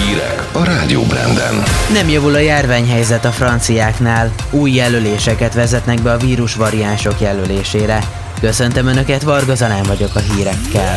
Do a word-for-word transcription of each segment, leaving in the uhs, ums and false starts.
Hírek a Rádió Branden. Nem javul a járványhelyzet a franciáknál. Új jelöléseket vezetnek be a vírusvariánsok jelölésére. Köszöntöm Önöket, Varga Zalán vagyok a hírekkel.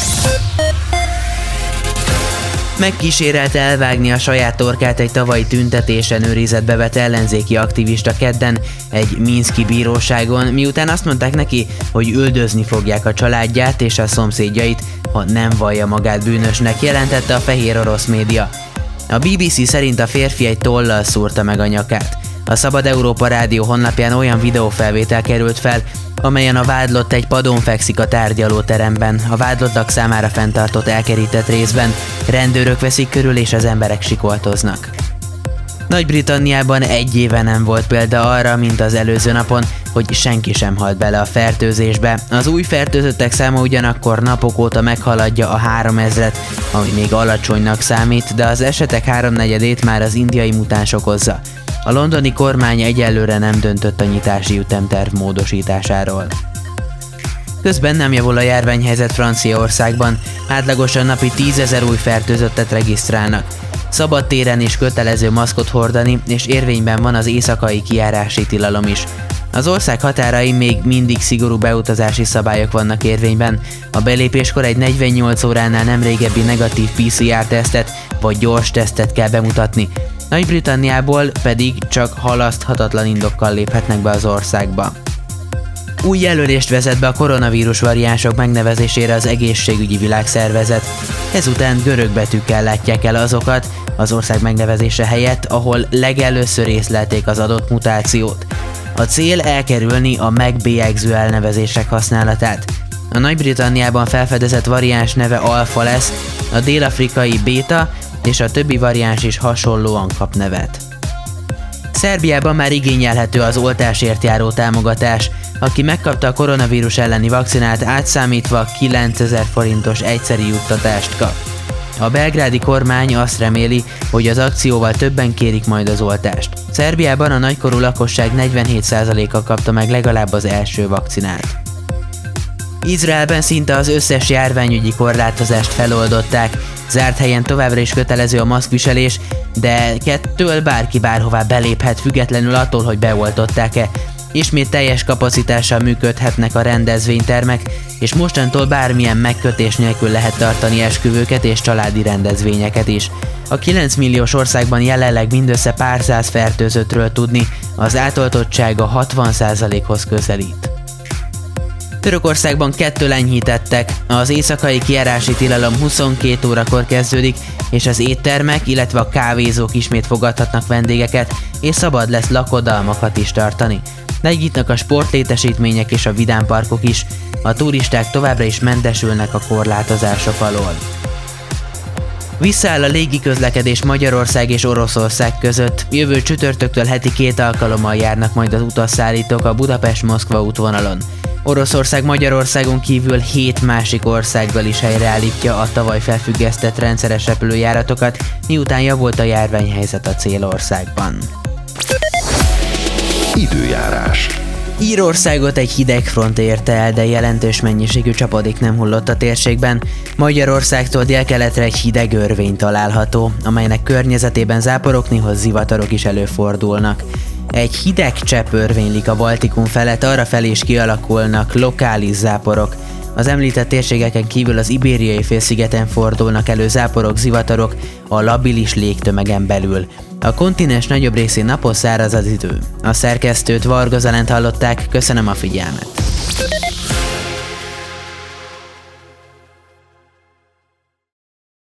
Megkísérelte elvágni a saját torkát egy tavalyi tüntetésen őrizetbe vett ellenzéki aktivista kedden egy minszki bíróságon, miután azt mondták neki, hogy üldözni fogják a családját és a szomszédjait, ha nem vallja magát bűnösnek, jelentette a fehér orosz média. A bé bé cé szerint a férfi egy tollal szúrta meg a nyakát. A Szabad Európa Rádió honlapján olyan videófelvétel került fel, amelyen a vádlott egy padon fekszik a tárgyalóteremben, a vádlottak számára fenntartott elkerített részben, rendőrök veszik körül és az emberek sikoltoznak. Nagy-Britanniában egy éve nem volt példa arra, mint az előző napon, hogy senki sem halt bele a fertőzésbe. Az új fertőzöttek száma ugyanakkor napok óta meghaladja a háromezret, ami még alacsonynak számít, de az esetek háromnegyedét már az indiai mutáns okozza. A londoni kormány egyelőre nem döntött a nyitási ütemterv módosításáról. Közben nem javul a járványhelyzet Franciaországban, átlagosan napi tízezer új fertőzöttet regisztrálnak. Szabad téren is kötelező maszkot hordani, és érvényben van az éjszakai kijárási tilalom is. Az ország határain még mindig szigorú beutazási szabályok vannak érvényben. A belépéskor egy negyvennyolc óránál nem régebbi negatív pé cé er-tesztet vagy gyors tesztet kell bemutatni. Nagy-Britanniából pedig csak halaszthatatlan indokkal léphetnek be az országba. Új jelölést vezet be a koronavírus variánsok megnevezésére az Egészségügyi Világszervezet. Ezután görög betűkkel látják el azokat az ország megnevezése helyett, ahol legelőször észlelték az adott mutációt. A cél elkerülni a megbélyegző elnevezések használatát. A Nagy-Britanniában felfedezett variáns neve alfa lesz, a dél-afrikai béta, és a többi variáns is hasonlóan kap nevet. Szerbiában már igényelhető az oltásért járó támogatás. Aki megkapta a koronavírus elleni vakcinát, átszámítva kilencezer forintos egyszeri juttatást kap. A belgrádi kormány azt reméli, hogy az akcióval többen kérik majd az oltást. Szerbiában a nagykorú lakosság negyvenhét százaléka kapta meg legalább az első vakcinát. Izraelben szinte az összes járványügyi korlátozást feloldották, zárt helyen továbbra is kötelező a maszkviselés, de kettől bárki bárhová beléphet, függetlenül attól, hogy beoltották-e. Ismét teljes kapacitással működhetnek a rendezvénytermek, és mostantól bármilyen megkötés nélkül lehet tartani esküvőket és családi rendezvényeket is. A kilenc milliós országban jelenleg mindössze pár száz fertőzöttről tudni, az átoltottsága hatvan százalékhoz közelít. Törökországban kettől enyhítettek, az éjszakai kijárási tilalom huszonkét órakor kezdődik, és az éttermek, illetve a kávézók ismét fogadhatnak vendégeket, és szabad lesz lakodalmakat is tartani. Megnyitnak a sportlétesítmények és a vidámparkok is, a turisták továbbra is mentesülnek a korlátozások alól. Visszaáll a légiközlekedés Magyarország és Oroszország között, jövő csütörtöktől heti két alkalommal járnak majd az utasszállítók a Budapest-Moszkva útvonalon. Oroszország Magyarországon kívül hét másik országgal is helyreállítja a tavaly felfüggesztett rendszeres repülőjáratokat, miután javult a járványhelyzet a célországban. Időjárás. Írországot egy hideg front érte el, de jelentős mennyiségű csapadék nem hullott a térségben. Magyarországtól délkeletre egy hideg örvény található, amelynek környezetében záporok, néha zivatarok is előfordulnak. Egy hideg csepp örvénylik a Baltikum felett, arrafelé is kialakulnak lokális záporok. Az említett térségeken kívül az Ibériai félszigeten fordulnak elő záporok, zivatarok a labilis légtömegen belül. A kontinens nagyobb részén napos, száraz az idő. A szerkesztőt, Varga Zalánt hallották, köszönöm a figyelmet.